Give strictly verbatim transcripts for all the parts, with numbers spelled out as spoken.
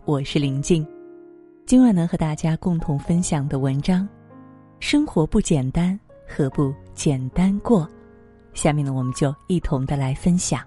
我是林静。今晚呢，和大家共同分享的文章，生活不简单，何不简单过？下面呢，我们就一同的来分享。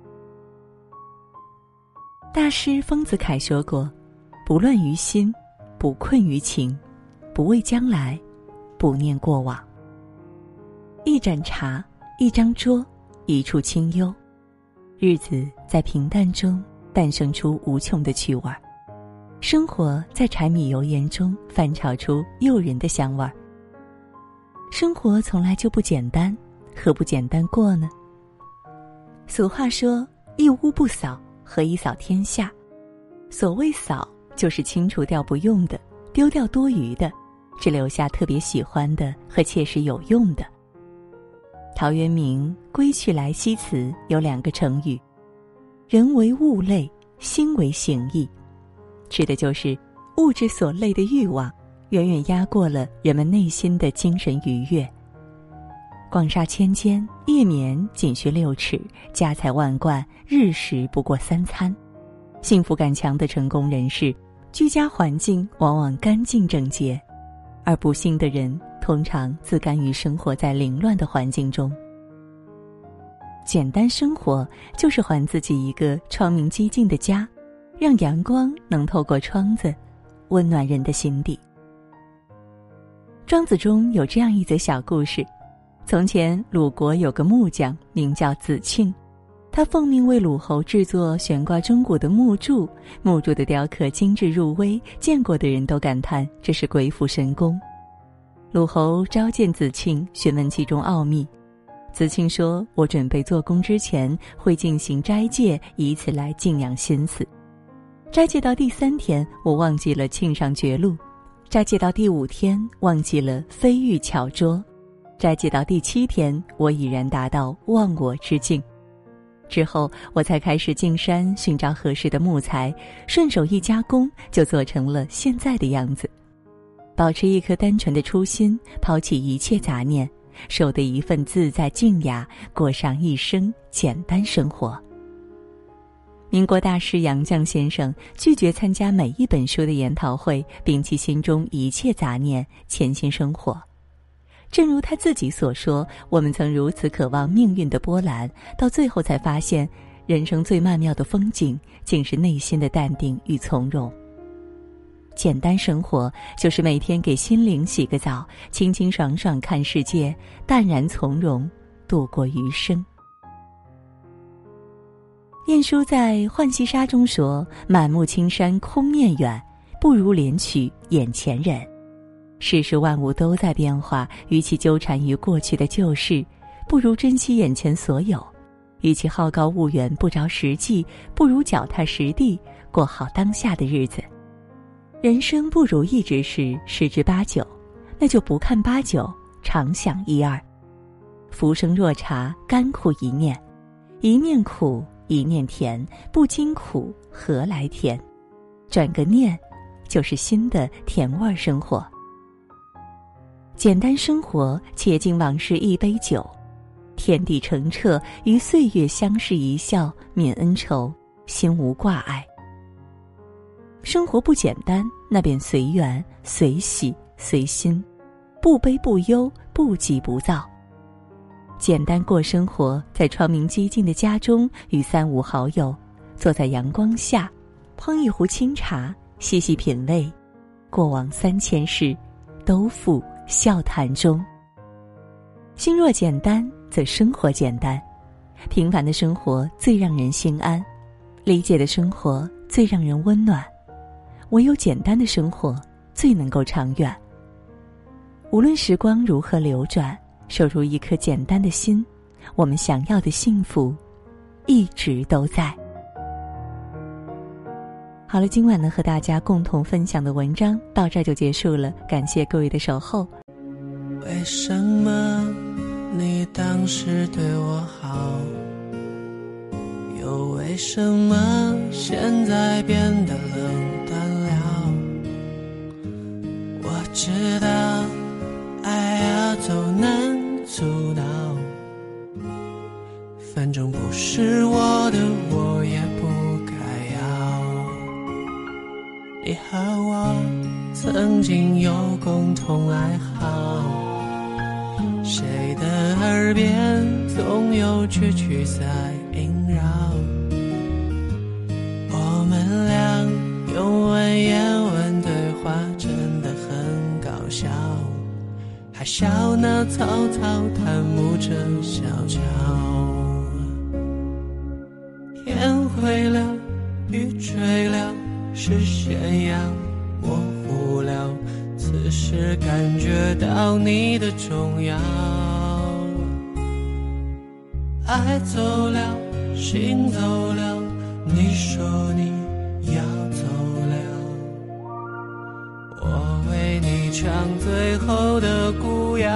大师丰子恺说过，不乱于心，不困于情，不畏将来，不念过往。一盏茶，一张桌，一处清幽，日子在平淡中诞生出无穷的趣味儿，生活在柴米油盐中翻炒出诱人的香味儿。生活从来就不简单，何不简单过呢？俗话说，一屋不扫，何以扫天下？所谓扫，就是清除掉不用的，丢掉多余的，只留下特别喜欢的和切实有用的。陶渊明《归去来兮辞》有两个成语，人为物累，心为形役，指的就是物质所累的欲望远远压过了人们内心的精神愉悦。广厦千间，夜眠仅需六尺，家财万贯，日食不过三餐。幸福感强的成功人士，居家环境往往干净整洁，而不幸的人通常自甘于生活在凌乱的环境中。简单生活就是还自己一个窗明几净的家，让阳光能透过窗子温暖人的心底。庄子中有这样一则小故事，从前鲁国有个木匠名叫子庆，他奉命为鲁侯制作悬挂钟鼓的木柱，木柱的雕刻精致入微，见过的人都感叹这是鬼斧神工。鲁侯召见子庆，询问其中奥秘。子庆说，我准备做工之前会进行斋戒，以此来静养心思。斋戒到第三天，我忘记了庆上绝路；斋戒到第五天，忘记了飞玉巧拙；斋戒到第七天，我已然达到忘我之境。之后我才开始进山寻找合适的木材，顺手一加工，就做成了现在的样子。保持一颗单纯的初心，抛弃一切杂念，守得一份自在静雅，过上一生简单生活。民国大师杨绛先生拒绝参加每一本书的研讨会，摒弃心中一切杂念，潜心生活。正如他自己所说，我们曾如此渴望命运的波澜，到最后才发现，人生最曼妙的风景，竟是内心的淡定与从容。简单生活，就是每天给心灵洗个澡，清清爽爽看世界，淡然从容度过余生。晏殊在《浣溪沙》中说，满目青山空面远，不如怜取眼前人。世事万物都在变化，与其纠缠于过去的旧事，不如珍惜眼前所有。与其好高骛远不着实际，不如脚踏实地过好当下的日子。人生不如意之事十之八九，那就不看八九，常想一二。浮生若茶，甘苦一念，一念苦，一念甜，不经苦，何来甜？转个念，就是新的甜味生活。简单生活，且敬往事一杯酒，天地澄澈，与岁月相视一笑，泯恩仇，心无挂碍。生活不简单，那便随缘随喜随心，不悲不忧，不急不躁。简单过生活，在窗明几净的家中，与三五好友坐在阳光下，烹一壶清茶，细细品味，过往三千事，都付笑谈中。心若简单，则生活简单。平凡的生活最让人心安，理解的生活最让人温暖。唯有简单的生活最能够长远。无论时光如何流转，守住一颗简单的心，我们想要的幸福一直都在。好了，今晚呢和大家共同分享的文章到这儿就结束了，感谢各位的守候。 为什么你当时对我好，又为什么现在变得冷淡了？我知道爱要走难阻挠，反正不是我的，我也不该要。 和我曾经有共同爱好，谁的耳边总有句句在萦绕，我们俩用文言文对话真的很搞笑，还笑那草草贪慕着小桥。天灰了，雨坠了，视线要模糊了，此时感觉到你的重要。爱走了，心走了，你说你要走了，我为你唱最后的古谣。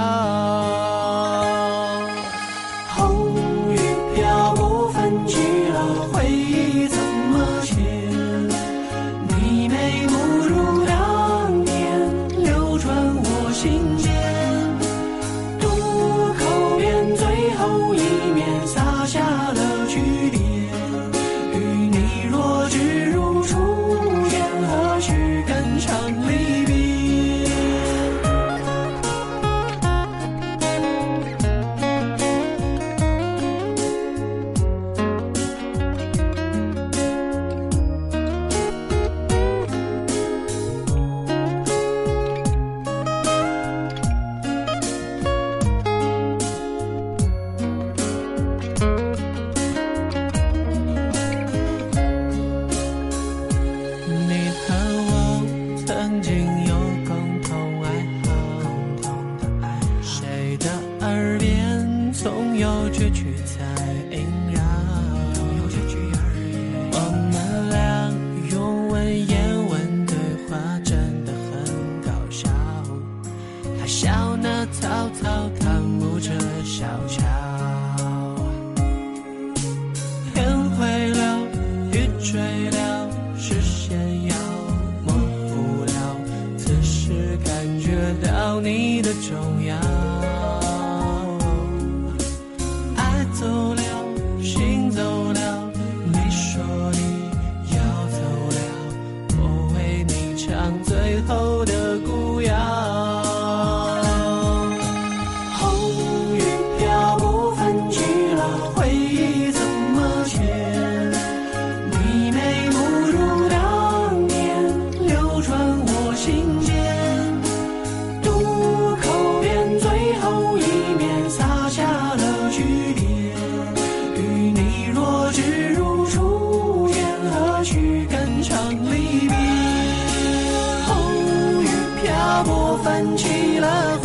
红雨飘不分去了，回忆怎么写？你眉目如当年，流转我心间。渡口边最后一面，洒下了句点。与你若只如初见，何须肝肠离别？总有句句在萦绕，我们俩用文言文对话真的很搞笑，还笑那草草贪慕着小桥。天灰了，雨坠了，视线要模糊了，此时感觉到你的重要。走了，心走了，你说你要走了，我为你唱最后的古谣。红雨飘不分去了，回忆怎么写？你眉目如当年，流转我心间。渡口边最后一面，洒下了句点。若只如初见，何须肝肠离别？红雨漂泊泛起了